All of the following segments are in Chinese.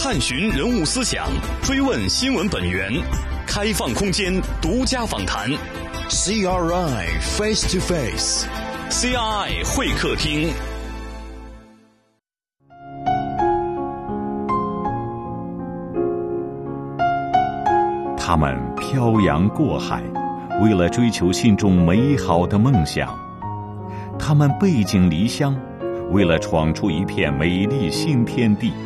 探寻人物思想，追问新闻本源，开放空间，独家访谈。 CRI Face to Face， CRI 会客厅。 他们漂洋过海，为了追求心中美好的梦想；他们背井离乡，为了闯出一片美丽新天地。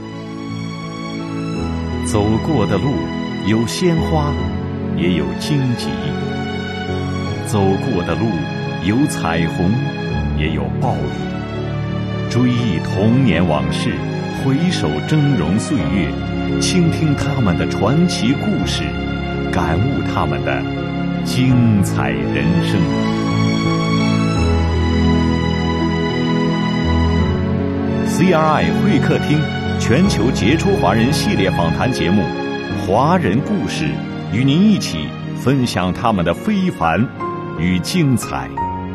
走过的路有鲜花，也有荆棘；走过的路有彩虹，也有暴雨。追忆童年往事，回首峥嵘岁月，倾听他们的传奇故事，感悟他们的精彩人生。CRI 会客厅全球杰出华人系列访谈节目《华人故事》，与您一起分享他们的非凡与精彩。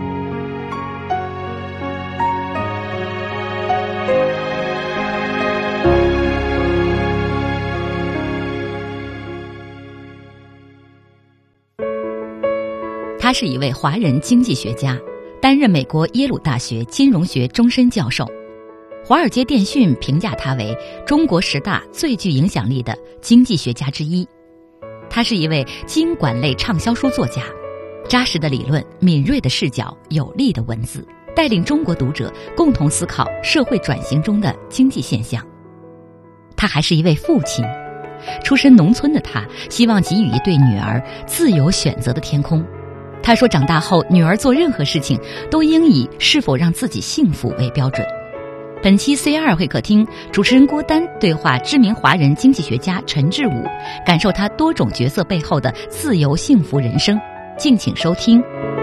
他是一位华人经济学家，担任美国耶鲁大学金融学终身教授。华尔街电讯评价他为中国10大最具影响力的经济学家之一。他是一位经管类畅销书作家，扎实的理论，敏锐的视角，有力的文字，带领中国读者共同思考社会转型中的经济现象。他还是一位父亲，出身农村的他希望给予一对女儿自由选择的天空。他说，长大后女儿做任何事情都应以是否让自己幸福为标准。本期 C2 会客厅，主持人郭丹对话知名华人经济学家陈志武，感受他多种角色背后的自由幸福人生。敬请收听。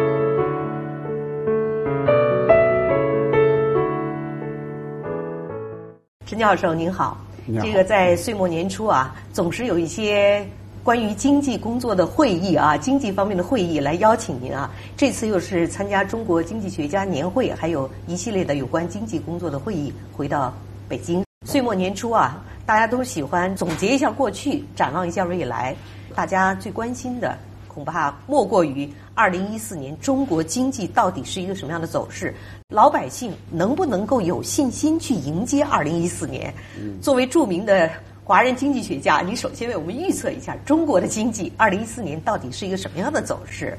陈教授您好，这个在岁末年初啊，总是有一些关于经济工作的会议啊，经济方面的会议来邀请您啊。这次又是参加中国经济学家年会，还有一系列的有关经济工作的会议，回到北京。岁末年初啊，大家都喜欢总结一下过去，展望一下未来。大家最关心的恐怕莫过于2014年中国经济到底是一个什么样的走势，老百姓能不能够有信心去迎接2014年？作为著名的华人经济学家，你首先为我们预测一下中国的经济2014年到底是一个什么样的走势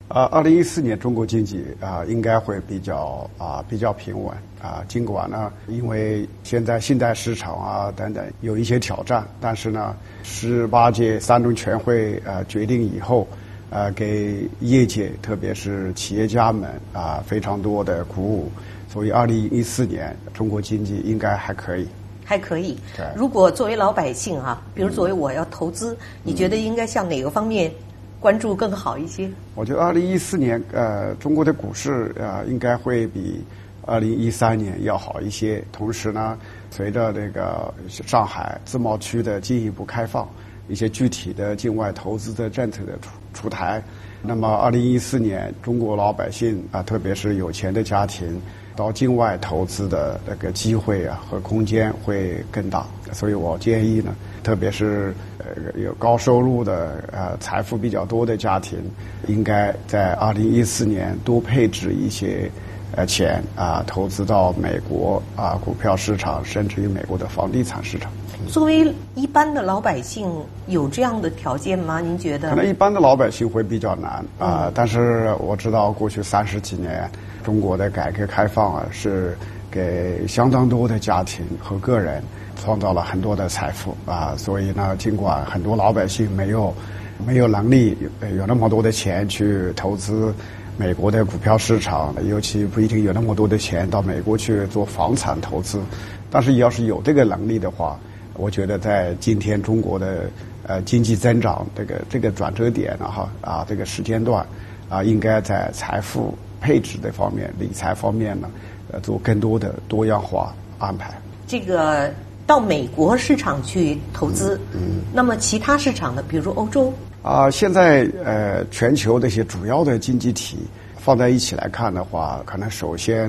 ？2014年中国经济应该会比较平稳尽管呢，因为现在信贷市场等等有一些挑战，但是呢，18届3中全会决定以后，给业界特别是企业家们非常多的鼓舞，所以2014年中国经济应该还可以。 还可以。如果作为老百姓比如作为我要投资，你觉得应该向哪个方面关注更好一些？ 我觉得2014年中国的股市应该会比2013年要好一些。同时呢，随着这个上海自贸区的进一步开放，一些具体的境外投资的政策的出台，那么2014年中国老百姓特别是有钱的家庭到境外投资的那个机会和空间会更大，所以我建议呢，特别是有高收入的财富比较多的家庭，应该在2014年多配置一些钱投资到美国股票市场，甚至于美国的房地产市场。 作为一般的老百姓，有这样的条件吗？您觉得？ 可能一般的老百姓会比较难但是我知道过去30几年中国的改革开放是给相当多的家庭和个人创造了很多的财富所以呢，尽管很多老百姓没有能力有那么多的钱去投资美国的股票市场，尤其不一定有那么多的钱到美国去做房产投资，但是要是有这个能力的话，我觉得在今天中国的经济增长这个转折点这个时间段应该在财富配置的方面、理财方面呢做更多的多样化安排。 这个到美国市场去投资，那么其他市场呢，比如说欧洲现在全球的一些主要的经济体放在一起来看的话，可能首先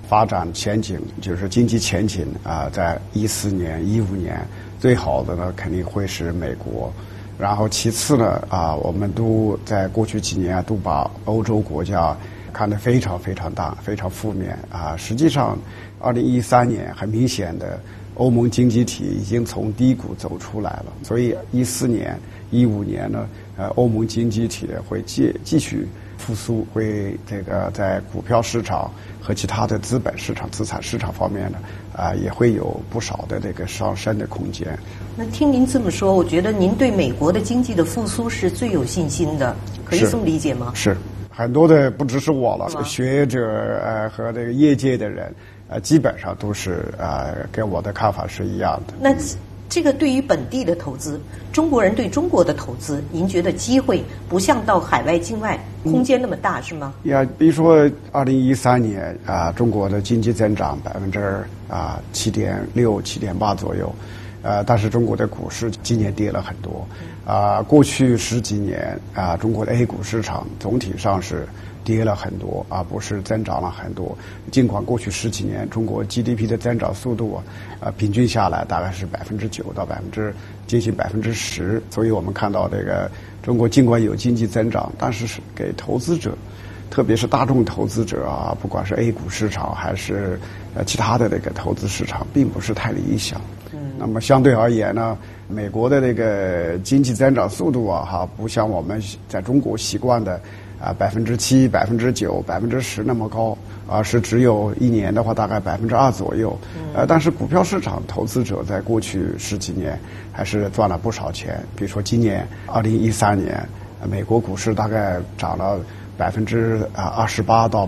发展前景，就是经济前景在14年、15年最好的呢，肯定会是美国。然后其次呢，我们都在过去几年都把欧洲国家看得非常非常大，非常负面实际上2013年很明显的欧盟经济体已经从低谷走出来了，所以14年、15年呢，欧盟经济体会继续复苏，会这个在股票市场和其他的资本市场、资产市场方面呢，也会有不少的这个上升的空间。 那听您这么说，我觉得您对美国的经济的复苏是最有信心的，可以这么理解吗？ 是，很多的不只是我了，学者和这个业界的人，基本上都是跟我的看法是一样的。 那这个对于本地的投资，中国人对中国的投资，您觉得机会不像到海外境外空间那么大，是吗？ 比如说2013年中国的经济增长7.6%、7.8%左右，但是中国的股市今年跌了很多。过去10几年中国的 A 股市场总体上是跌了很多，不是增长了很多。尽管过去10几年中国 GDP 的增长速度平均下来大概是9%到接近10%，所以我们看到这个中国尽管有经济增长，但是给投资者，特别是大众投资者不管是 A 股市场还是其他的这个投资市场，并不是太理想。那么相对而言呢，美国的这个经济增长速度不像我们在中国习惯的7%、9%、10%那么高，而是只有一年的话大概2%左右。但是股票市场投资者在过去10几年还是赚了不少钱。比如说今年2013年，美国股市大概涨了28%到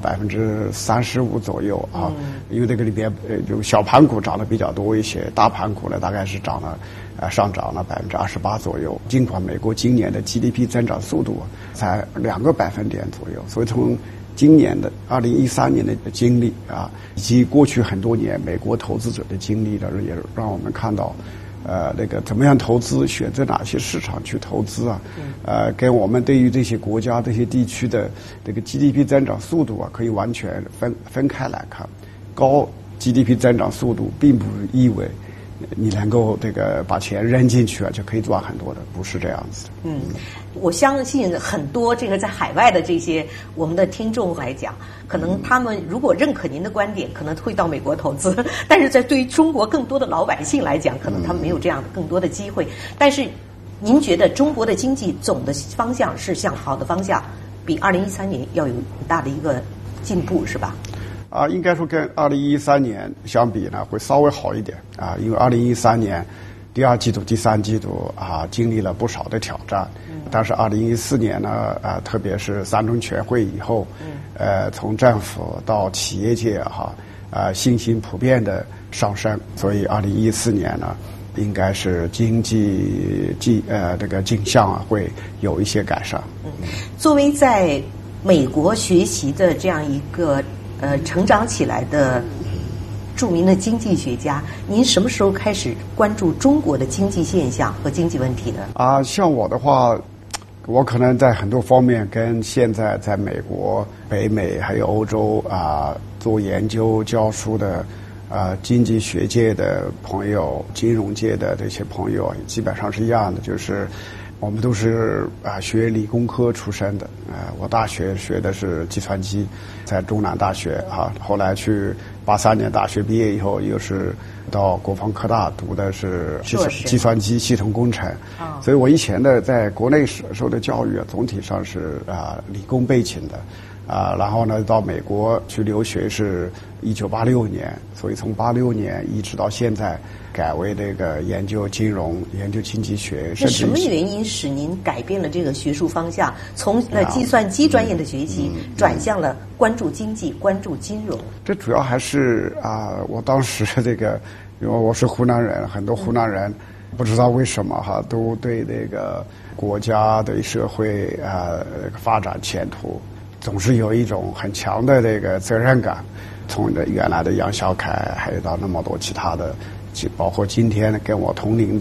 35%左右因为这个里边有小盘股涨得比较多一些，大盘股呢大概是上涨了28%左右。尽管美国今年的 GDP 增长速度才2个百分点左右，所以从今年的2013年的经历以及过去很多年美国投资者的经历呢，也让我们看到那个怎么样投资，选择哪些市场去投资跟我们对于这些国家、这些地区的这个 GDP 增长速度可以完全分开来看。高 GDP 增长速度并不意味你能够这个把钱扔进去就可以赚很多的，不是这样子的。 我相信很多这个在海外的这些我们的听众来讲，可能他们如果认可您的观点，可能会到美国投资，但是在对于中国更多的老百姓来讲，可能他们没有这样的更多的机会。但是您觉得中国的经济总的方向是向好的方向，比2013年要有很大的一个进步，是吧？ 应该说跟2013年相比呢，会稍微好一点因为2013年第2季度、第3季度经历了不少的挑战，但是2014年呢特别是3中全会以后，从政府到企业界信心普遍的上升，所以2014年呢应该是经济这个景象会有一些改善。 作为在美国学习的这样一个成长起来的著名的经济学家，您什么时候开始关注中国的经济现象和经济问题呢？ 像我的话，我可能在很多方面跟现在在美国、北美还有欧洲做研究教书的经济学界的朋友、金融界的这些朋友基本上是一样的，就是我们都是学理工科出身的。我大学学的是计算机，在中南大学后来去83年大学毕业以后，又是到国防科大读的是计算机系统工程。所以我以前的在国内受的教育总体上是理工背景的。然后呢，到美国去留学是1986年，所以从86年一直到现在改为这个研究金融、研究经济学。 那什么原因使您改变了这个学术方向，从计算机专业的学习转向了关注经济、关注金融？ 这主要还是我当时这个，因为我是湖南人，很多湖南人不知道为什么都对这个国家对社会发展前途总是有一种很强的这个责任感，从原来的杨小凯，还有到那么多其他的，包括今天跟我同龄的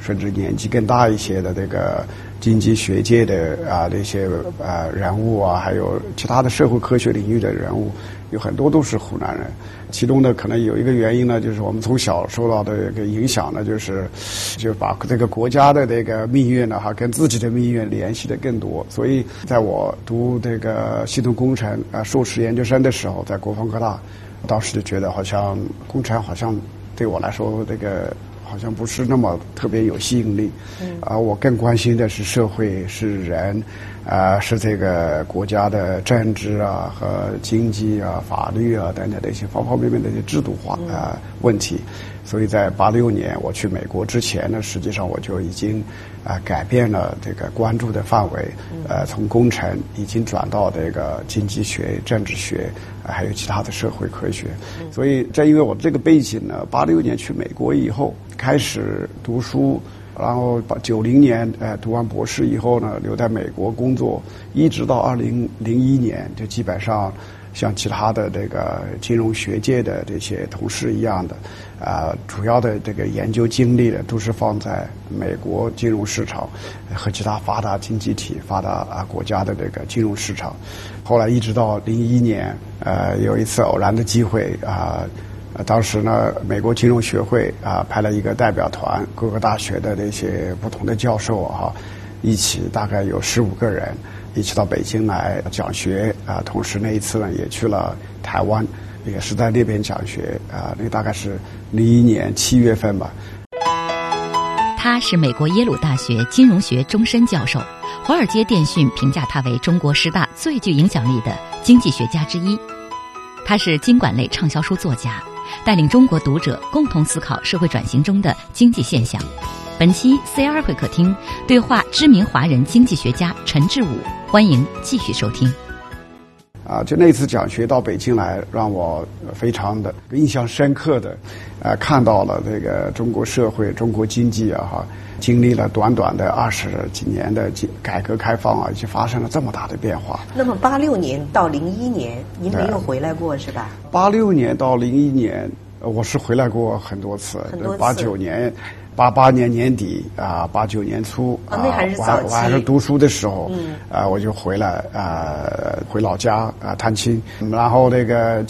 甚至年纪更大一些的这个经济学界的那些人物啊，还有其他的社会科学领域的人物，有很多都是湖南人。其中呢，可能有一个原因呢，就是我们从小受到的一个影响呢，就把这个国家的这个命运呢，跟自己的命运联系的更多。所以，在我读这个系统工程硕士研究生的时候，在国防科大，当时就觉得好像工程好像对我来说这个好像不是那么特别有吸引力。我更关心的是社会，是人。是这个国家的政治啊和经济啊、法律啊等等的一些方方面面的一些制度化问题。所以在86年我去美国之前呢，实际上我就已经改变了这个关注的范围，从工程已经转到这个经济学、政治学，还有其他的社会科学。所以正因为我这个背景呢，86年去美国以后开始读书。然后90年读完博士以后呢，留在美国工作，一直到2001年，就基本上像其他的这个金融学界的这些同事一样的，主要的这个研究精力呢，都是放在美国金融市场和其他发达经济体、发达国家的这个金融市场。后来一直到01年，有一次偶然的机会当时呢，美国金融学会派了一个代表团，各个大学的这些不同的教授一起大概有15个人，一起到北京来讲学同时那一次呢，也去了台湾，也是在那边讲学那个大概是01年7月份吧。 他是美国耶鲁大学金融学终身教授，华尔街电讯评价他为中国10大最具影响力的经济学家之一。他是经管类畅销书作家，带领中国读者共同思考社会转型中的经济现象。本期 CR 会客厅对话知名华人经济学家陈志武，欢迎继续收听。 就那次讲学到北京来，让我非常的印象深刻的看到了这个中国社会、中国经济经历了短短的20几年的改革开放已经发生了这么大的变化。 那么86年到01年，您没有回来过是吧 ？86年到01年，我是回来过很多次。89年、88年年底89年初那还是早期， 我还是读书的时候，我就回来回老家探亲，然后那个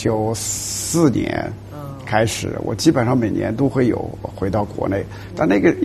94年。开始，我基本上每年都会有回到国内，但那个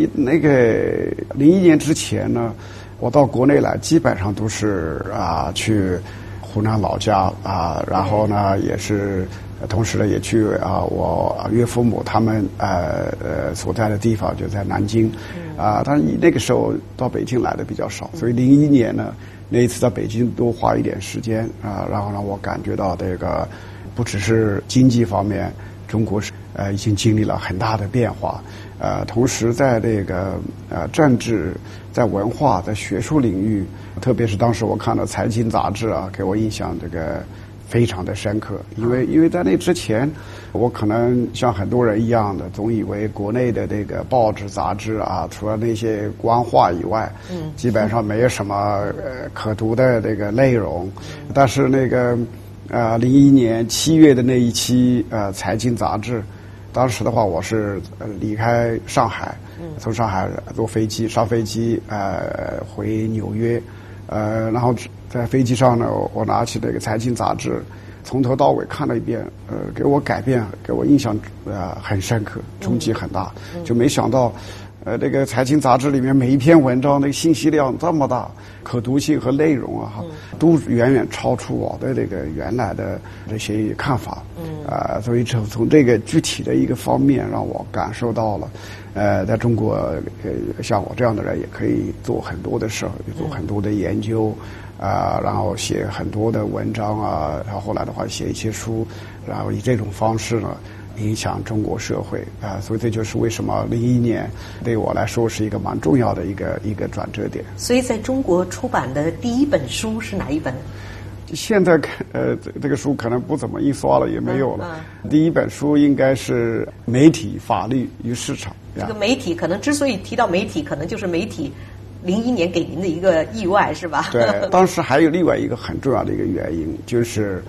01年之前呢，我到国内来基本上都是去湖南老家然后呢也是同时呢也去我岳父母他们所在的地方，就在南京但是那个时候到北京来的比较少，所以01年呢那一次在北京多花一点时间然后让我感觉到这个不只是经济方面。中国已经经历了很大的变化，同时在这个政治、在文化、在学术领域，特别是当时我看到财经杂志给我印象这个非常的深刻，因为在那之前，我可能像很多人一样的，总以为国内的这个报纸杂志除了那些官话以外，基本上没有什么可读的这个内容，但是那个。01年7月的那一期财经杂志，当时的话我是离开上海，从上海上飞机回纽约，然后在飞机上呢，我拿起这个财经杂志，从头到尾看了一遍，给我改变，给我印象很深刻，冲击很大，就没想到。这个财经杂志里面每一篇文章的信息量这么大，可读性和内容都远远超出我的这个原来的这些看法。所以从这个具体的一个方面，让我感受到了，在中国，像我这样的人也可以做很多的事儿，做很多的研究，然后写很多的文章然后后来的话写一些书，然后以这种方式呢。影响中国社会所以这就是为什么01年对我来说是一个蛮重要的一个转折点。 所以在中国出版的第一本书是哪一本？ 现在这个书可能不怎么印刷了，也没有了。第一本书应该是《媒体、法律与市场》。 这个媒体可能之所以提到媒体，可能就是媒体01年给您的一个意外，是吧？ 对，当时还有另外一个很重要的一个原因，就是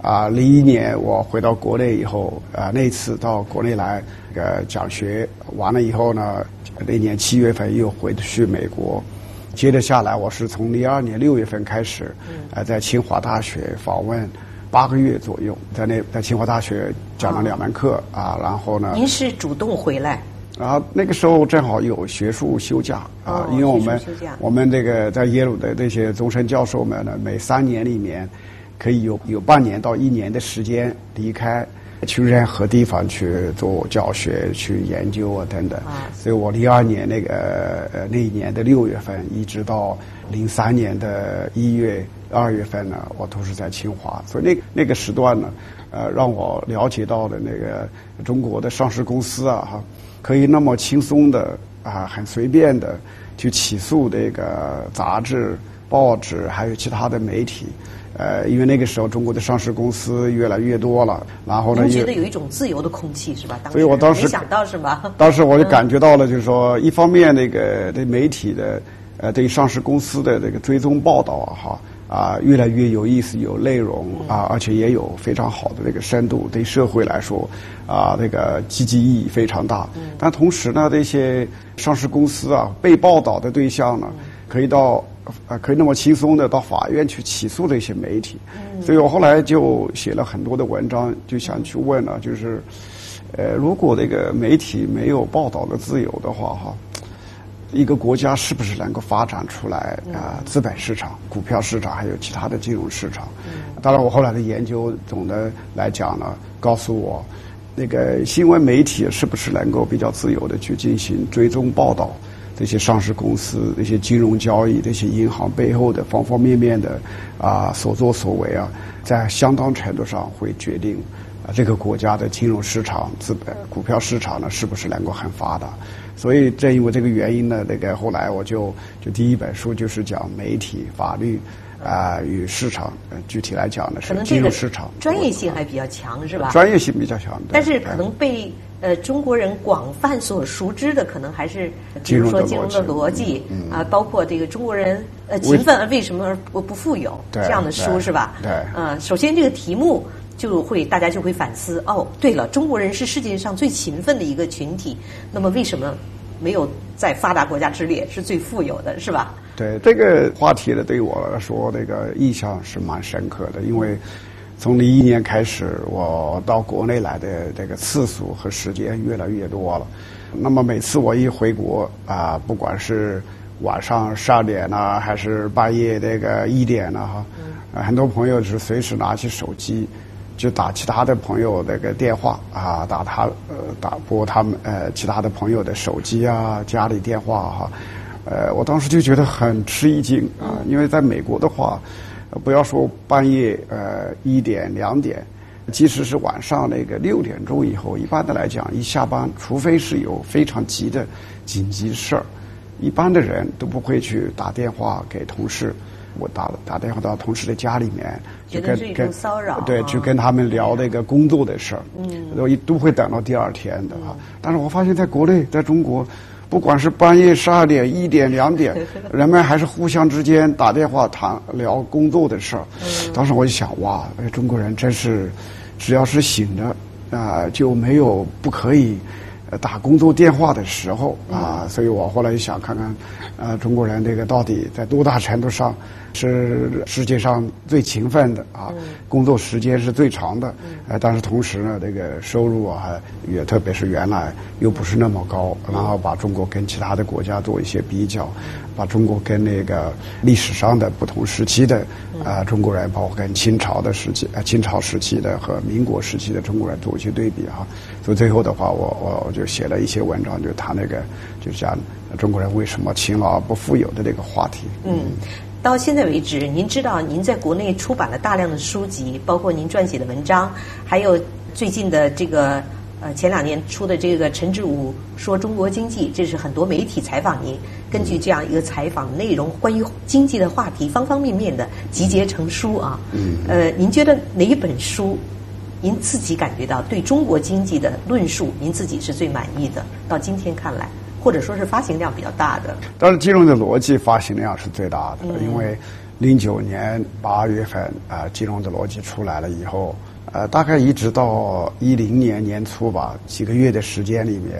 01年我回到国内以后那次到国内来讲学完了以后呢， 那年7月份又回去美国。接着下来，我是从02年6月份开始，在清华大学访问8个月左右，在清华大学讲了2门课啊，然后呢， 您是主动回来？ 啊，那个时候正好有学术休假啊，因为我们这个在耶鲁的这些终身教授们呢，每3年里面可以有半年到1年的时间离开。去任何地方去做教学、去研究啊等等，所以我02年那一年的6月份，一直到03年的1月、2月份呢，我都是在清华，所以那个时段呢，让我了解到的那个中国的上市公司啊，哈，可以那么轻松的啊，很随便的去起诉这个杂志、报纸还有其他的媒体。因为那个时候中国的上市公司越来越多了，然后呢， 您觉得有一种自由的空气是吧？ 所以我当时没想到是吧？ 当时我就感觉到了，就是说，一方面那个对媒体的对上市公司的这个追踪报道越来越有意思、有内容啊，而且也有非常好的这个深度，对社会来说这个积极意义非常大。但同时呢，这些上市公司被报道的对象呢，可以那么轻松的到法院去起诉这些媒体，所以我后来就写了很多的文章，就想去问了，就是如果这个媒体没有报道的自由的话，一个国家是不是能够发展出来资本市场、股票市场还有其他的金融市场？当然，我后来的研究总的来讲呢，告诉我，那个新闻媒体是不是能够比较自由的去进行追踪报道？这些上市公司、这些金融交易、这些银行背后的方方面面的所作所为在相当程度上会决定这个国家的金融市场、资本、股票市场呢是不是能够很发达。所以正因为这个原因呢，后来我就第一本书就是讲媒体、法律与市场，具体来讲呢是金融市场， 专业性还比较强是吧？ 专业性比较强， 但是可能被中国人广泛所熟知的，可能还是比如说金融的逻辑包括这个中国人勤奋而为什么而不富有这样的书是吧？ 对， 首先这个题目大家就会反思，对了，中国人是世界上最勤奋的一个群体，那么为什么没有在发达国家之列是最富有的，是吧？ 对，这个话题呢，对我来说，这个印象是蛮深刻的，因为从01年开始，我到国内来的这个次数和时间越来越多了。那么每次我一回国不管是晚上12点还是半夜1点很多朋友是随时拿起手机就打其他的朋友电话打拨他们其他的朋友的手机家里电话我当时就觉得很吃一惊因为在美国的话，不要说半夜1点2点，即使是晚上6点钟以后，一般的来讲，一下班，除非是有非常急的紧急事儿，一般的人都不会去打电话给同事。我打电话到同事的家里面， 就跟骚扰， 对，去跟他们聊工作的事儿，都会等到第二天的但是我发现在国内，在中国，不管是半夜12点、1点、2点，人们还是互相之间打电话聊工作的事儿。当时我就想，哇，中国人真是，只要是醒着就没有不可以打工作电话的时候所以我后来就想看看中国人到底在多大程度上是世界上最勤奋的工作时间是最长的但是同时呢收入也特别是原来又不是那么高，然后把中国跟其他的国家做一些比较，把中国跟历史上的不同时期的中国人，包括跟清朝时期的和民国时期的中国人做一些对比所以最后的话我就写了一些文章，就谈就讲中国人为什么勤劳而不富有的这个话题。 到现在为止，您知道您在国内出版了大量的书籍，包括您撰写的文章，还有最近的前2年出的陈志武说中国经济，这是很多媒体采访您，根据这样一个采访内容，关于经济的话题方方面面的集结成书您觉得哪一本书您自己感觉到对中国经济的论述您自己是最满意的，到今天看来，或者说是发行量比较大的？ 当然金融的逻辑发行量是最大的因为09年8月份金融的逻辑出来了以后，大概一直到10年年初吧，几个月的时间里面，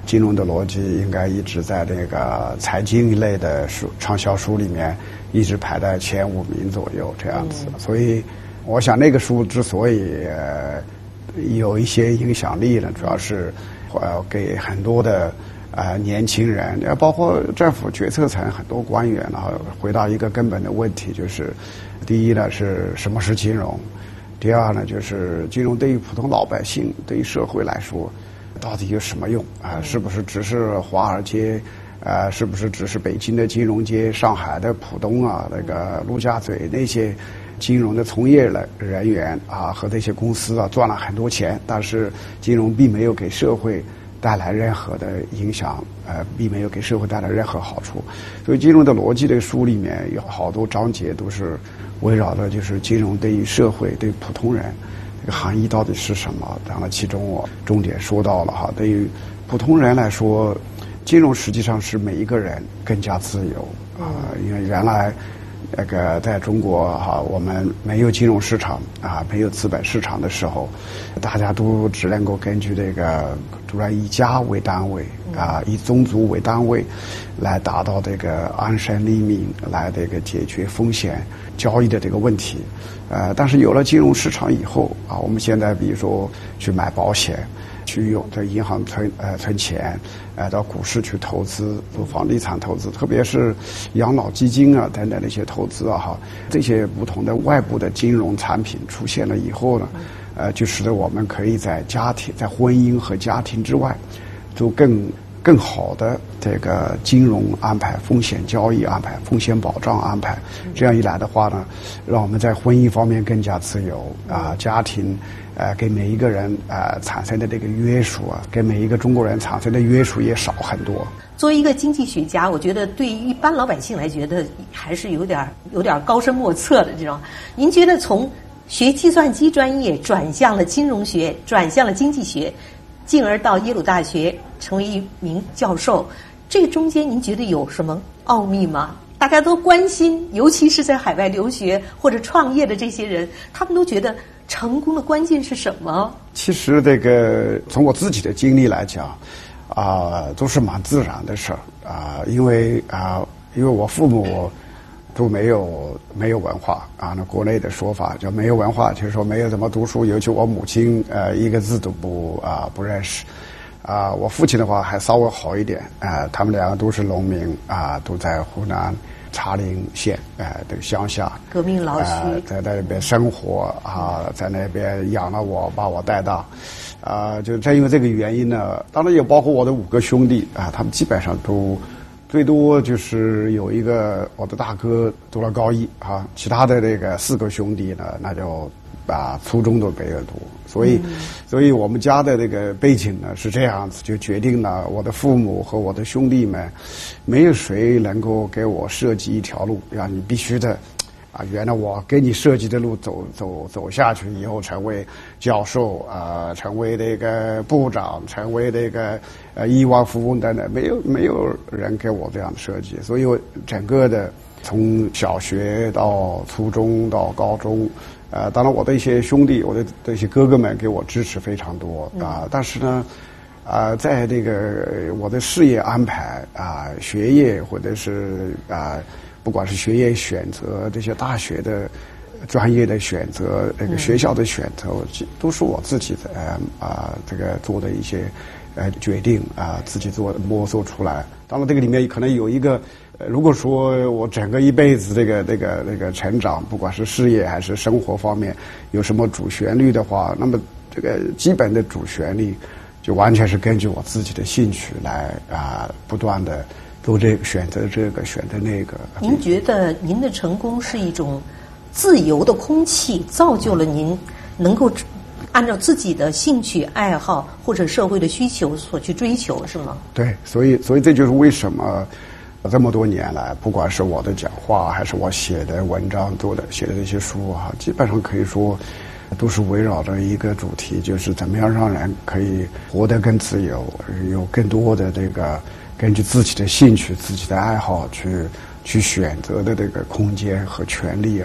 金融的逻辑应该一直在这个财经一类的畅销书里面一直排在前5名左右这样子。所以我想那个书之所以有一些影响力呢，主要是给很多的年轻人，包括政府决策层很多官员呢，回答一个根本的问题，就是第一呢是什么是金融，第二呢就是金融对于普通老百姓对于社会来说到底有什么用是不是只是华尔街是不是只是北京的金融街、上海的浦东那个陆家嘴那些金融的从业人员和那些公司赚了很多钱，但是金融并没有给社会带来任何的影响，并没有给社会带来任何好处。所以金融的逻辑这个书里面有好多章节都是围绕着就是金融对于社会、对普通人这个含义到底是什么。当然其中我重点说到了对于普通人来说，金融实际上是每一个人更加自由因为原来那个在中国我们没有金融市场没有资本市场的时候，大家都只能够根据这个主要以家为单位以宗族为单位来达到这个安身立命，来这个解决风险交易的这个问题但是有了金融市场以后我们现在比如说去买保险，去用在银行存钱到股市去投资，做房地产投资，特别是养老基金等等那些投资这些不同的外部的金融产品出现了以后呢就使得我们可以在家庭、在婚姻和家庭之外做更好的这个金融安排、风险交易安排、风险保障安排。这样一来的话呢，让我们在婚姻方面更加自由家庭给每一个人产生的这个约束给每一个中国人产生的约束也少很多。 作为一个经济学家，我觉得对于一般老百姓来觉得还是有点高深莫测的这种。您觉得从学计算机专业转向了金融学，转向了经济学，进而到耶鲁大学成为一名教授，这中间您觉得有什么奥秘吗？大家都关心，尤其是在海外留学或者创业的这些人，他们都觉得成功的关键是什么？其实这个从我自己的经历来讲都是蛮自然的事儿因为我父母都没有文化那国内的说法叫没有文化，就是说没有怎么读书，尤其我母亲一个字都不认识我父亲的话还稍微好一点他们两个都是农民都在湖南茶陵县这个乡下革命老区在那边生活在那边养了我，把我带大就正因为这个原因呢，当然也包括我的5个兄弟他们基本上都最多就是有一个我的大哥读了高1其他的这个4个兄弟呢，那就初中都没有读，所以我们家的这个背景呢是这样子，就决定了我的父母和我的兄弟们没有谁能够给我设计一条路，让你必须的原来我给你设计的路走下去以后成为教授成为这个部长，成为这个亿万富翁等等，没有人给我这样的设计，所以我整个的从小学到初中到高中当然我的一些兄弟，我的这些哥哥们给我支持非常多但是呢在这个我的事业安排学业或者是不管是学业选择，这些大学的专业的选择，这个学校的选择都是我自己的这个做的一些决定自己摸索出来。当然这个里面可能有一个如果说我整个一辈子这个成长，不管是事业还是生活方面有什么主旋律的话，那么这个基本的主旋律就完全是根据我自己的兴趣来不断的做这个选择选择那个。 您觉得您的成功是一种自由的空气造就了您能够按照自己的兴趣爱好或者社会的需求所去追求，是吗？ 对，所以这就是为什么这么多年来，不管是我的讲话还是我写的文章写的这些书基本上可以说都是围绕着一个主题，就是怎么样让人可以活得更自由，有更多的这个根据自己的兴趣、自己的爱好去选择的这个空间和权利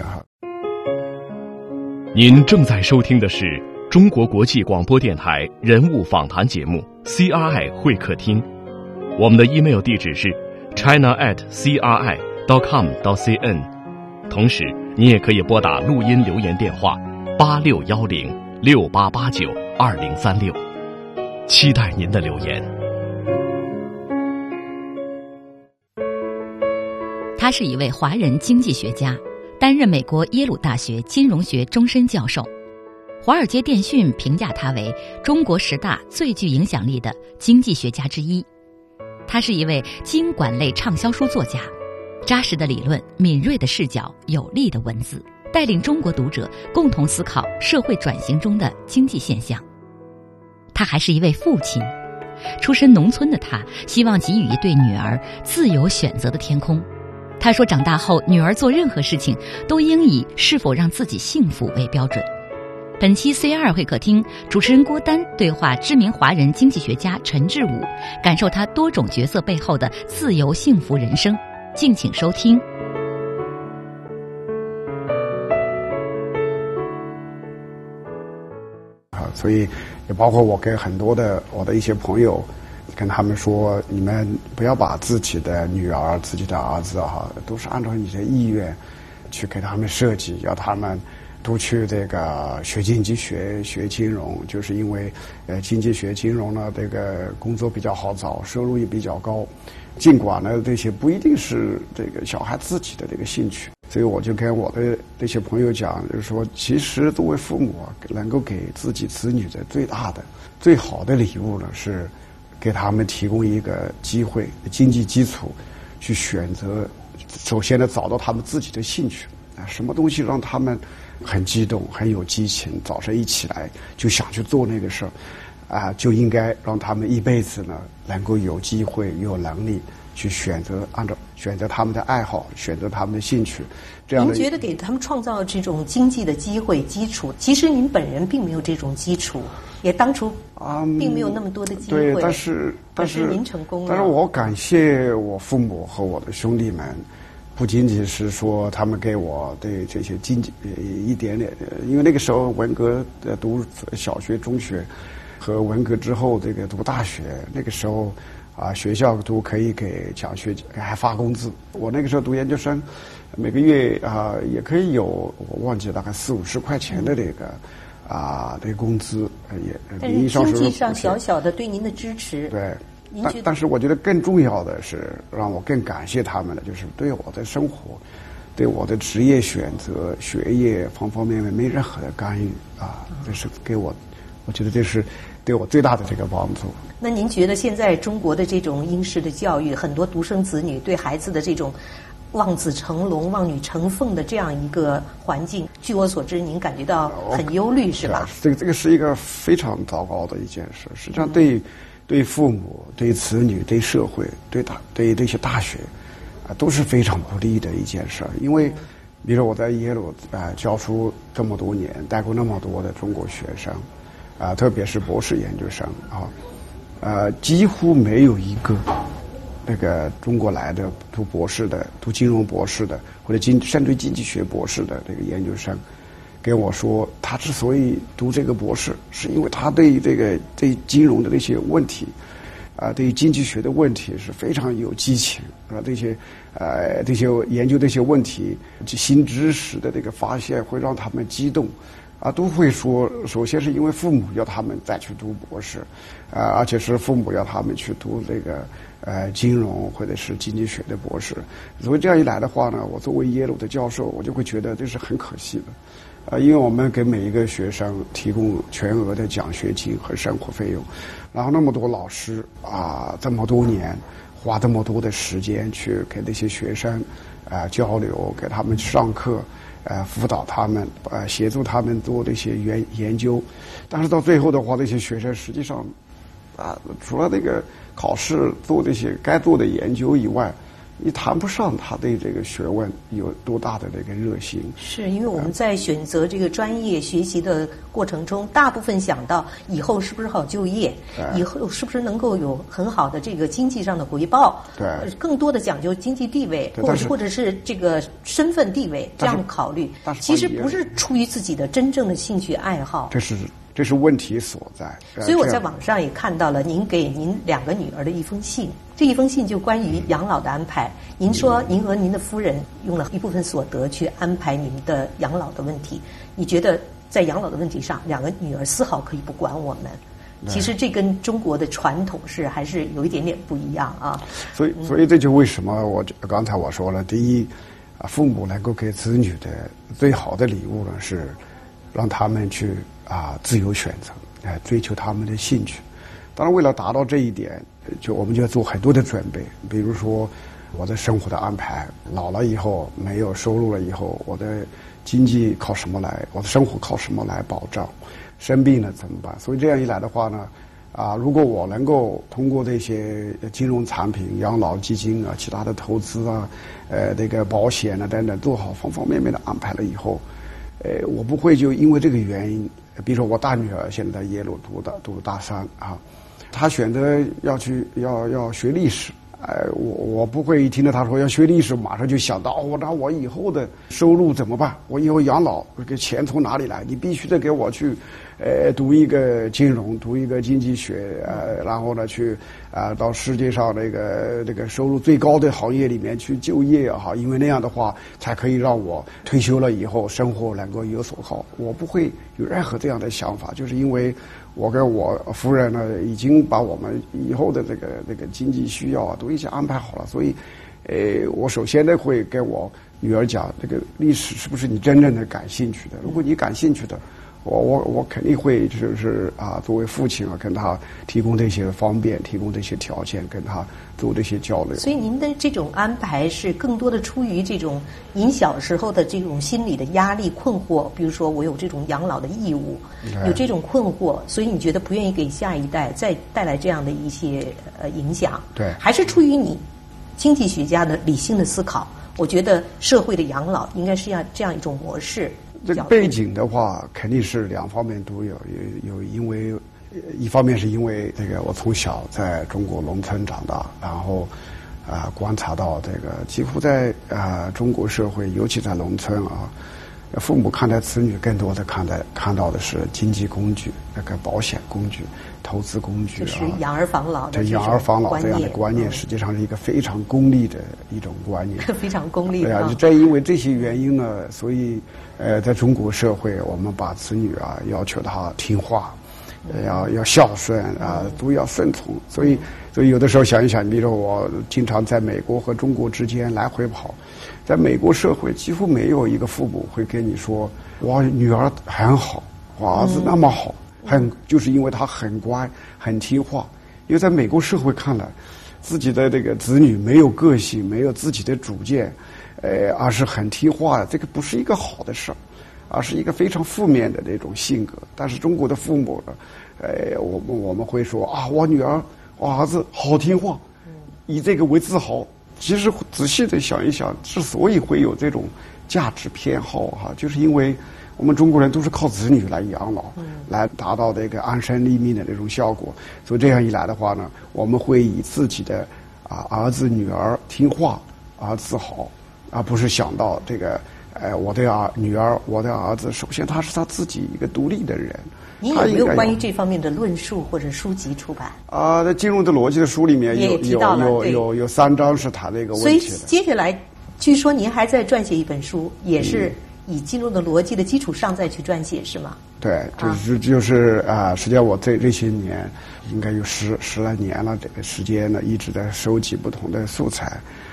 您正在收听的是中国国际广播电台人物访谈节目。 CRI 会客厅。我们的 email 地址是 china@cri.com.cn。同时，你也可以拨打录音留言电话861068892036，期待您的留言。 他是一位华人经济学家，担任美国耶鲁大学金融学终身教授。华尔街电讯评价他为中国10大最具影响力的经济学家之一。他是一位经管类畅销书作家，扎实的理论、敏锐的视角、有力的文字，带领中国读者共同思考社会转型中的经济现象。他还是一位父亲，出身农村的他希望给予一对女儿自由选择的天空。他说，长大后女儿做任何事情都应以是否让自己幸福为标准。本期 C2 会客厅，主持人郭丹对话知名华人经济学家陈志武，感受他多种角色背后的自由幸福人生。敬请收听。 所以也包括我跟很多的我的一些朋友，跟他们说，你们不要把自己的女儿、自己的儿子都是按照你的意愿去给他们设计，要他们都去这个学经济学、学金融，就是因为经济学、金融呢，这个工作比较好找，收入也比较高。尽管呢，这些不一定是这个小孩自己的这个兴趣，所以我就跟我的这些朋友讲，就是说，其实作为父母能够给自己子女的最大的、最好的礼物呢，是给他们提供一个机会、经济基础，去选择。首先呢，找到他们自己的兴趣啊，什么东西让他们很激动、很有激情，早上一起来就想去做那个事儿，啊，就应该让他们一辈子呢能够有机会、有能力去选择，选择他们的爱好，选择他们的兴趣。这样的， 您觉得给他们创造这种经济的机会基础，其实您本人并没有这种基础，也当初并没有那么多的机会。 对，但是您成功了。 但是我感谢我父母和我的兄弟们。不仅仅是说他们给我对这些经济一点点，因为那个时候文革读小学、中学和文革之后这个读大学，那个时候学校都可以给奖学金，还发工资。我那个时候读研究生，每个月也可以有，我忘记大概40-50块钱的这个这个工资，也名义上是经济上小小的对您的支持。 对。但是我觉得更重要的是，让我更感谢他们的，就是对我的生活、对我的职业选择、学业方方面面没任何的干预这是给我觉得这是对我最大的这个帮助。 那您觉得现在中国的这种英式的教育，很多独生子女对孩子的这种望子成龙、望女成凤的这样一个环境，据我所知，您感觉到很忧虑，是吧？ 这个是一个非常糟糕的一件事。实际上对父母、对子女、对社会、对这些大学，都是非常不利的一件事。因为，比如我在耶鲁教书这么多年，带过那么多的中国学生，特别是博士研究生几乎没有一个那个中国来的读博士的、读金融博士的，或者甚至经济学博士的这个研究生。跟我说，他之所以读这个博士，是因为他对金融的那些问题，对经济学的问题是非常有激情，这些研究这些问题、新知识的这个发现会让他们激动，都会说，首先是因为父母要他们再去读博士，而且是父母要他们去读这个金融或者是经济学的博士。所以这样一来的话呢，我作为耶鲁的教授，我就会觉得这是很可惜的。因为我们给每一个学生提供全额的奖学金和生活费用，然后那么多老师这么多年花这么多的时间去给那些学生交流，给他们上课，辅导他们，协助他们做这些研究，但是到最后的话，那些学生实际上除了那个考试做这些该做的研究以外，你谈不上他对这个学问有多大的这个热心。 是因为我们在选择这个专业学习的过程中，大部分想到以后是不是好就业，以后是不是能够有很好的这个经济上的回报， 对， 更多的讲究经济地位，或者是这个身份地位这样考虑。其实不是出于自己的真正的兴趣爱好。 这这是问题所在。 所以我在网上也看到了您给您2个女儿的一封信，这一封信就关于养老的安排。您说您和您的夫人用了一部分所得去安排你们的养老的问题，你觉得在养老的问题上，2个女儿丝毫可以不管我们。其实这跟中国的传统还是有一点点不一样啊。 所以这就为什么刚才我说了，第一，父母能够给子女的最好的礼物呢，是让他们去自由选择，追求他们的兴趣。当然，为了达到这一点，我们就要做很多的准备，比如说我的生活的安排，老了以后没有收入了以后，我的经济靠什么来？我的生活靠什么来保障？生病了怎么办？所以这样一来的话呢，如果我能够通过这些金融产品、养老基金啊、其他的投资啊、这个保险啊等等，做好方方面面的安排了以后，我不会就因为这个原因，比如说我大女儿现在在耶鲁读大3啊，她选择要学历史。我不会一听到他说要学历史，马上就想到那我以后的收入怎么办？我以后养老这个钱从哪里来？你必须得给我去，读一个金融，读一个经济学，然后呢去到世界上这个收入最高的行业里面去就业啊，因为那样的话才可以让我退休了以后生活能够有所靠。我不会有任何这样的想法，就是因为我跟我夫人呢，已经把我们以后的这个经济需要都已经安排好了，所以，我首先呢会跟我女儿讲，这个历史是不是你真正的感兴趣的？如果你感兴趣的，我肯定会就是作为父亲跟他提供这些方便，提供这些条件，跟他做这些交流。 所以您的这种安排是更多的出于这种您小时候的这种心理的压力、困惑。比如说，我有这种养老的义务，有这种困惑，所以你觉得不愿意给下一代再带来这样的一些影响？ 对， 还是出于你经济学家的理性的思考？我觉得社会的养老应该是要这样一种模式。 这个背景的话，肯定是2方面都有，因为一方面是因为这个我从小在中国农村长大，然后观察到这个几乎在中国社会，尤其在农村父母看待子女更多的看到的是经济工具、那个保险工具、投资工具就是养儿防老的养儿防老这样的观念，实际上是一个非常功利的一种观念， 非常功利的。 对啊，正因为这些原因呢，所以在中国社会，我们把子女要求他听话，要孝顺都要顺从。所以有的时候想一想，比如说我经常在美国和中国之间来回跑，在美国社会几乎没有一个父母会跟你说我女儿很好，我儿子那么好，就是因为他很乖很听话。因为在美国社会看来，自己的这个子女没有个性，没有自己的主见，而是很听话，这个不是一个好的事儿，而是一个非常负面的那种性格。但是中国的父母呢，我们会说我女儿我儿子好听话，以这个为自豪。其实仔细的想一想，之所以会有这种价值偏好就是因为我们中国人都是靠子女来养老，来达到这个安身立命的这种效果。所以这样一来的话呢，我们会以自己的儿子女儿听话而自豪，而不是想到这个我的女儿我的儿子，首先他是他自己一个独立的人。 你有没有关于这方面的论述或者书籍出版？ 在金融的逻辑的书里面有3章是谈这个问题的。 所以接下来据说您还在撰写一本书，也是以金融的逻辑的基础上再去撰写，是吗？ 对，就是实际上我这些年应该有十来年了，这个时间呢一直在收集不同的素材，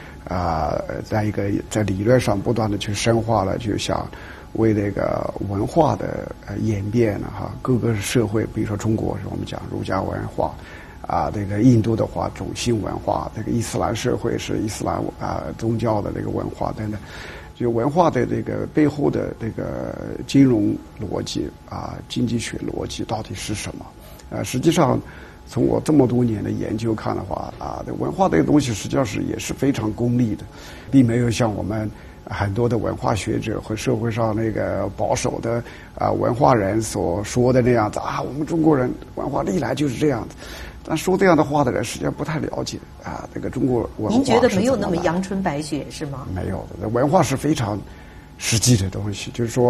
在理论上不断的去深化了，就想为这个文化的演变呢各个社会，比如说中国我们讲儒家文化这个印度的话种姓文化，这个伊斯兰社会是伊斯兰宗教的这个文化等等，就文化的这个背后的这个金融逻辑经济学逻辑到底是什么？实际上从我这么多年的研究看的话文化这个东西实际上也是非常功利的，并没有像我们很多的文化学者和社会上那个保守的文化人所说的那样子我们中国人文化历来就是这样子。但说这样的话的人实际上不太了解这个中国文化。 您觉得没有那么阳春白雪是吗？ 没有的，文化是非常实际的东西。就是说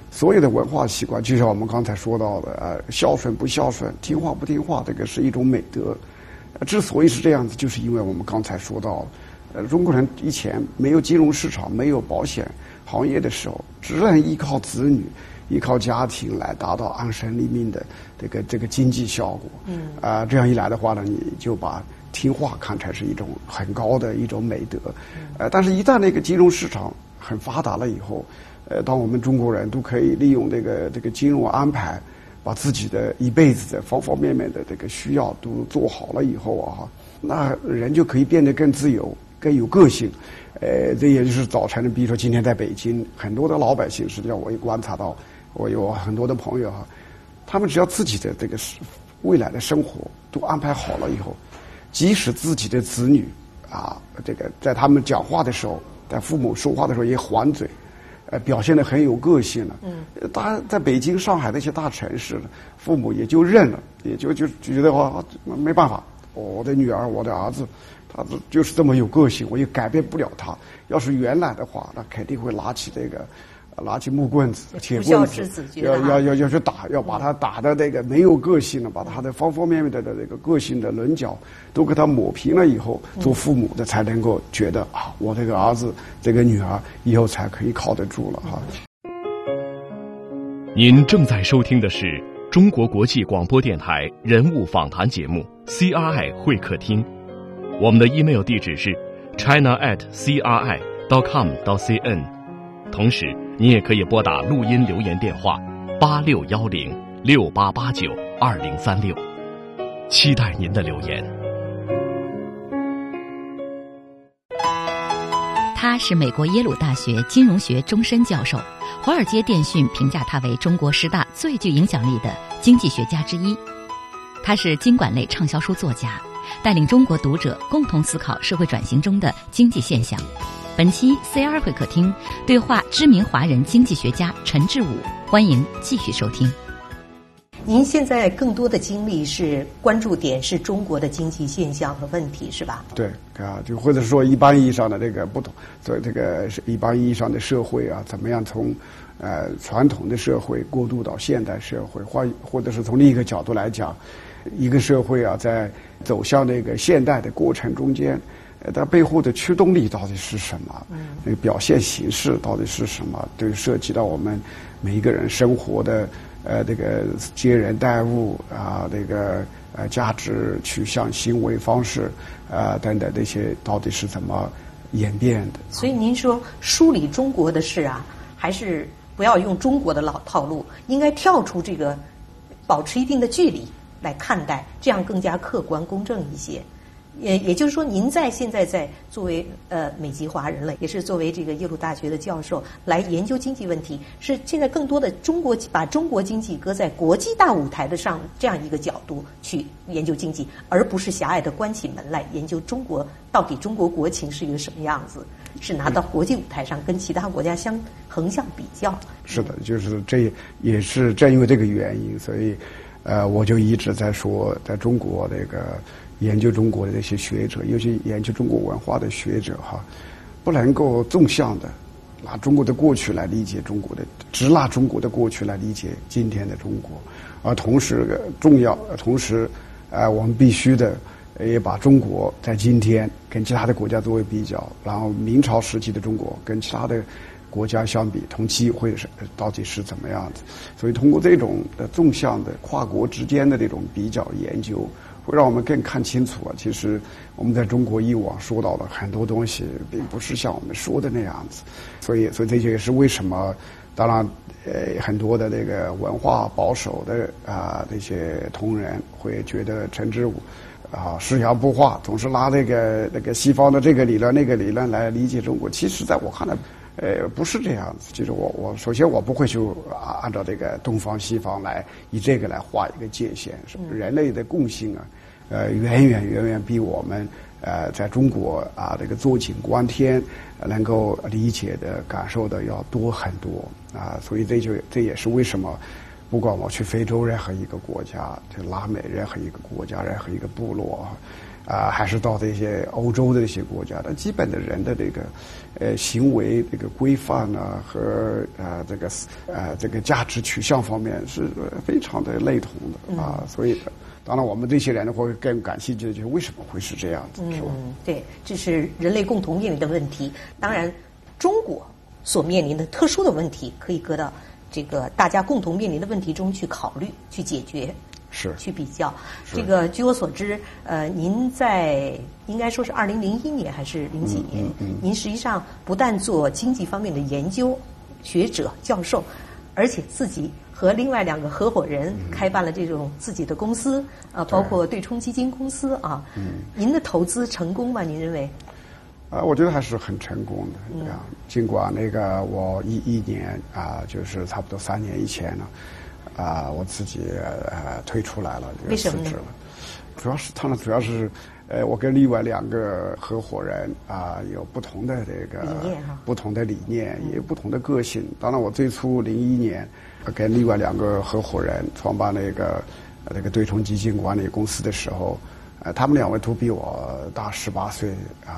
所有的文化习惯，就像我们刚才说到的，孝顺不孝顺，听话不听话，这个是一种美德。之所以是这样子，就是因为我们刚才说到，中国人以前没有金融市场，没有保险行业的时候，只能依靠子女、依靠家庭来达到安身立命的这个经济效果。这样一来的话呢，你就把听话看成是一种很高的一种美德。但是，一旦那个金融市场很发达了以后，当我们中国人都可以利用这个金融安排，把自己的一辈子的方方面面的这个需要都做好了以后啊，那人就可以变得更自由、更有个性。这也就是造成了，比如说今天在北京，很多的老百姓，实际上我也观察到，我有很多的朋友他们只要自己的这个未来的生活都安排好了以后，即使自己的子女这个在他们讲话的时候，在父母说话的时候也还嘴。表现得很有个性了。当然，在北京、上海那些大城市，父母也就认了，也就觉得话没办法，我的女儿、我的儿子，他就是这么有个性，我也改变不了他。要是原来的话，那肯定会拿起木棍子、铁棍子，要去打，要把他打的那个没有个性了，把他的方方面面的这个个性的棱角都给他抹平了以后，做父母的才能够觉得我这个儿子、这个女儿以后才可以靠得住了哈。 您正在收听的是中国国际广播电台人物访谈节目 CRI 会客厅，我们的 email 地址是 china@cri.com.cn， 同时你也可以拨打录音留言电话861068892036，期待您的留言。 他是美国耶鲁大学金融学终身教授，华尔街电讯评价他为中国10大最具影响力的经济学家之一。他是经管类畅销书作家，带领中国读者共同思考社会转型中的经济现象。本期 CR 会客厅对话知名华人经济学家陈志武，欢迎继续收听。 您现在更多的精力是关注点是中国的经济现象和问题，是吧？ 对就或者说一般意义上的这个不同，所以这个一般意义上的社会怎么样从传统的社会过渡到现代社会，或者是从另一个角度来讲，一个社会在走向那个现代的过程中间，它背后的驱动力到底是什么？那个表现形式到底是什么？对，涉及到我们每一个人生活的这个接人待物这个价值取向、行为方式等等这些到底是怎么演变的？ 所以您说梳理中国的事还是不要用中国的老套路，应该跳出这个，保持一定的距离来看待，这样更加客观公正一些。也就是说，您现在在作为美籍华人了，也是作为这个耶鲁大学的教授来研究经济问题，是现在更多的把中国经济搁在国际大舞台的上这样一个角度去研究经济，而不是狭隘的关起门来研究中国到底中国国情是一个什么样子，是拿到国际舞台上跟其他国家横向比较。 是的，就是这也是正因为这个原因，所以我就一直在说，在中国这个研究中国的这些学者，尤其研究中国文化的学者不能够纵向的拿中国的过去来理解中国的，只拿中国的过去来理解今天的中国，而同时我们必须的也把中国在今天跟其他的国家作为比较，然后明朝时期的中国跟其他的国家相比，同期会是到底是怎么样子？所以通过这种纵向的跨国之间的这种比较研究，会让我们更看清楚其实我们在中国以往说到的很多东西，并不是像我们说的那样子。所以这也是为什么，当然很多的这个文化保守的这些同仁会觉得陈志武视洋不化，总是拿那个西方的这个理论那个理论来理解中国。其实在我看来不是这样子。就是我首先我不会去按照这个东方西方来以这个来画一个界限，人类的共性远远比我们在中国这个坐井观天能够理解的感受的要多很多所以这也是为什么不管我去非洲任何一个国家，就拉美任何一个国家任何一个部落还是到这些欧洲的一些国家的基本的人的这个行为这个规范啊和这个价值取向方面是非常的类同的啊，所以当然我们这些人会更感兴趣的就是为什么会是这样子，是吧？ 对，这是人类共同面临的问题。当然，中国所面临的特殊的问题可以搁到这个大家共同面临的问题中去考虑、去解决。 是去比较这个，据我所知，您在应该说是2001年还是零几年，您实际上不但做经济方面的研究，学者、教授，而且自己和另外2个合伙人开办了这种自己的公司包括对冲基金公司啊。您的投资成功吗？您认为？ 我觉得还是很成功的。尽管那个我11年就是差不多3年以前呢。我自己退出来了， 为什么呢？ 主要是我跟另外2个合伙人有不同的这个不同的理念，也有不同的个性。当然，我最初01年跟另外2个合伙人创办那个对冲基金管理公司的时候，他们2位都比我大18岁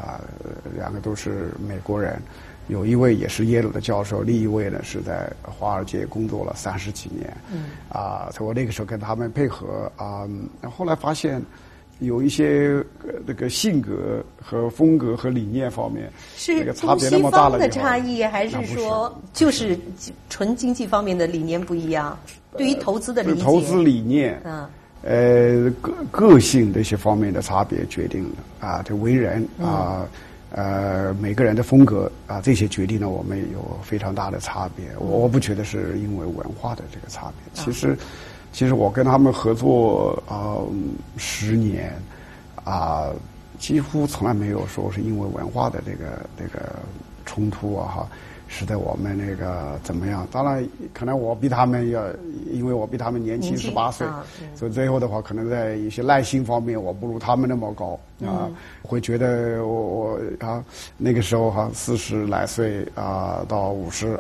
2个都是美国人。有一位也是耶鲁的教授，另一位呢是在华尔街工作了30几年。所以我那个时候跟他们配合后来发现有一些那个性格和风格和理念方面是这个差别那么大了的差异，还是说就是纯经济方面的理念不一样？对于投资的理解， 投资理念个性这些方面的差别决定了这为人每个人的风格这些决定了我们有非常大的差别。我不觉得是因为文化的这个差别。其实我跟他们合作10年几乎从来没有说是因为文化的这个冲突使得我们那个怎么样？当然，可能我比他们因为我比他们年轻18岁，所以最后的话，可能在一些耐心方面，我不如他们那么高会觉得我那个时候40来岁到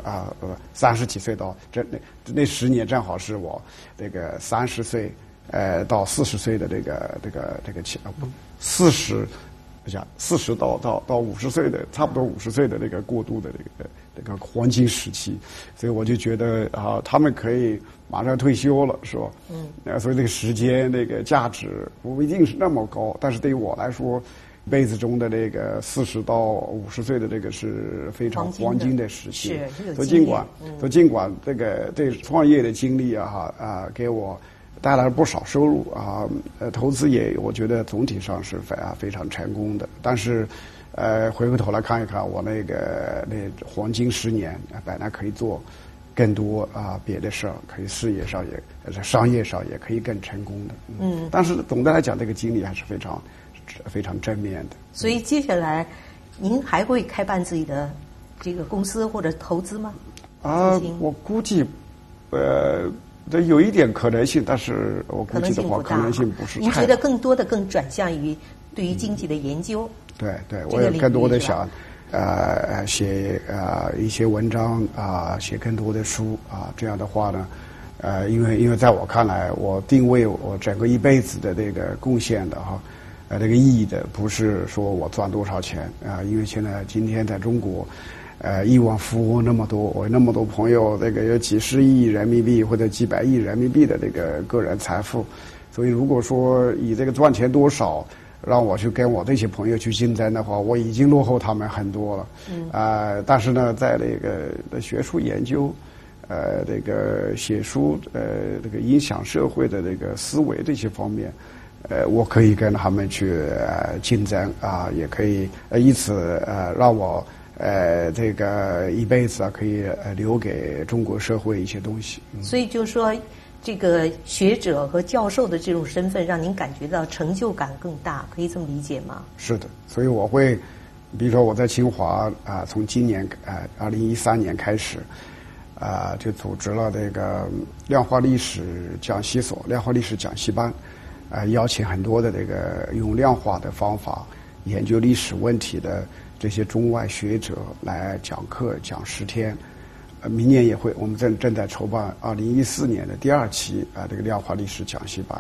30几岁到那10年正好是我这个30岁到40岁的这个期40到50岁的，差不多50岁的那个过渡的这个黄金时期，所以我就觉得他们可以马上退休了，是吧？所以这个时间那个价值不一定是那么高，但是对于我来说，一辈子中的这个40到50岁的这个是非常黄金的时期。所以尽管这个对创业的经历给我带来了不少收入投资也我觉得总体上是非常成功的。但是回过头来看一看我那黄金10年本来可以做更多别的事儿，可以事业上也商业上也可以更成功的。但是总的来讲这个经历还是非常非常正面的。 所以接下来您还会开办自己的这个公司或者投资吗？ 我估计这有一点可能性，但是我估计的话可能性不是太大。 您觉得更多的更转向于对于经济的研究？对， 我也更多的想写一些文章写更多的书这样的话呢因为在我看来，我定位我整个一辈子的这个贡献的这个意义的不是说我赚多少钱因为今天在中国亿万富翁那么多，我那么多朋友，这个有几十亿人民币或者几百亿人民币的这个个人财富，所以如果说以这个赚钱多少让我去跟我这些朋友去竞争的话，我已经落后他们很多了。但是呢，在这个学术研究，这个写书，这个影响社会的这个思维这些方面，我可以跟他们去竞争也可以以此让我。这个一辈子可以留给中国社会一些东西。 所以就是说，这个学者和教授的这种身份，让您感觉到成就感更大，可以这么理解吗？ 是的，所以我会，比如说我在清华从今年2013年开始就组织了这个量化历史讲习所、量化历史讲习班，邀请很多的这个用量化的方法研究历史问题的。这些中外学者来讲课讲10天，明年也会，我们正在筹办2014年的第2期这个量化历史讲习班，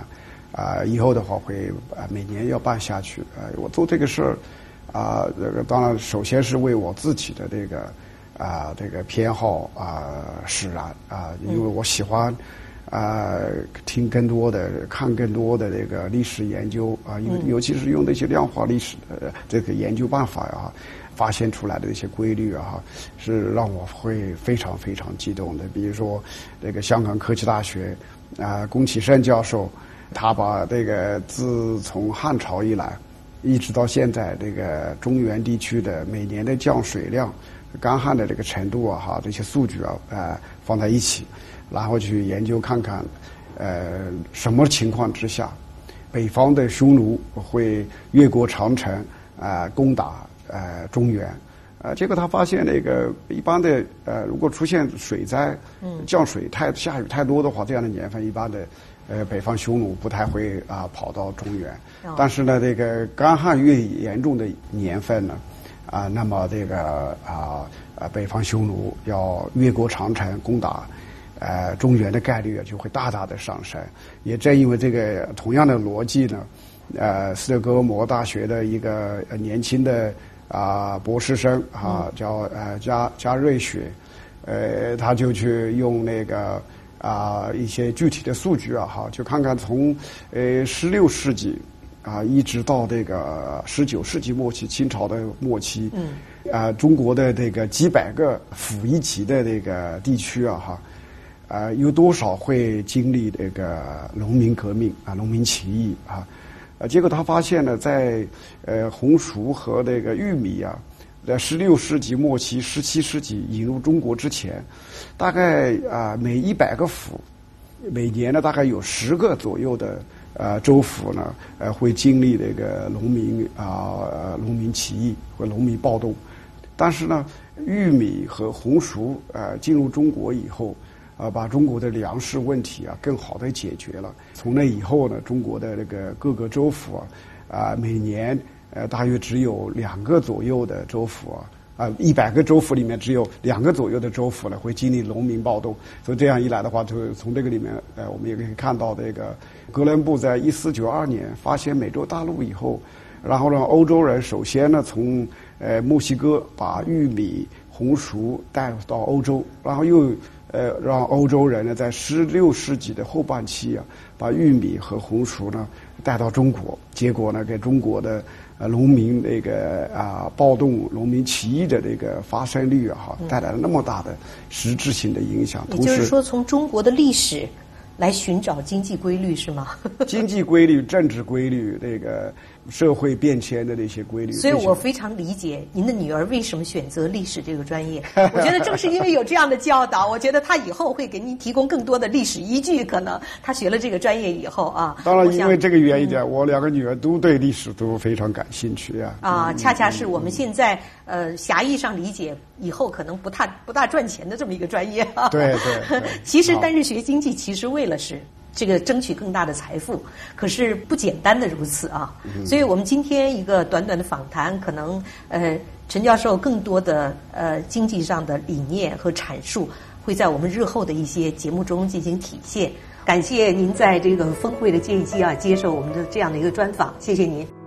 以后的话会每年要办下去。我做这个事儿当然首先是为我自己的这个偏好使然因为我喜欢听更多的、看更多的这个历史研究尤其是用那些量化历史的这个研究办法发现出来的一些规律是让我会非常非常激动的。比如说这个香港科技大学龚启胜教授，他把这个自从汉朝以来一直到现在这个中原地区的每年的降水量、干旱的这个程度这些数据放在一起，然后去研究看看什么情况之下北方的匈奴会越过长城攻打中原。结果他发现那个一般的如果出现水灾降水下雨太多的话，这样的年份一般的北方匈奴不太会跑到中原。但是呢这个干旱越严重的年份呢那么这个北方匈奴要越过长城攻打中原的概率就会大大的上升。也正因为这个同样的逻辑呢斯德哥尔摩大学的一个年轻的博士生叫加瑞雪，他就去用那个一些具体的数据就看看从16世纪一直到这个19世纪末期，清朝的末期中国的这个几百个府一级的这个地区有多少会经历这个农民革命农民起义结果他发现呢，在红薯和这个玉米在16世纪末期、17世纪引入中国之前，大概每100个府，每年呢大概有10个左右的州府呢会经历这个农民起义或农民暴动。但是呢，玉米和红薯进入中国以后把中国的粮食问题更好的解决了。从那以后呢，中国的这个各个州府每年大约只有2个左右的州府100个州府里面只有2个左右的州府呢会经历农民暴动。所以这样一来的话，就从这个里面我们也可以看到，这个哥伦布在1492年发现美洲大陆以后，然后让欧洲人首先呢从墨西哥把玉米、红薯带到欧洲，然后又让欧洲人呢在16世纪的后半期把玉米和红薯呢带到中国，结果呢给中国的农民那个暴动、农民起义的这个发生率带来了那么大的实质性的影响。 也就是说，从中国的历史来寻找经济规律是吗？经济规律、政治规律，这个社会变迁的那些规律。 所以我非常理解您的女儿为什么选择历史这个专业。我觉得正是因为有这样的教导，我觉得她以后会给您提供更多的历史依据。可能她学了这个专业以后当然因为这个原因我2个女儿都对历史都非常感兴趣恰恰是我们现在狭义上理解以后可能不大赚钱的这么一个专业对其实但是学经济其实为了是这个争取更大的财富，可是不简单的如此所以我们今天一个短短的访谈，可能陈教授更多的经济上的理念和阐述会在我们日后的一些节目中进行体现。感谢您在这个峰会的间隙接受我们的这样的一个专访，谢谢您。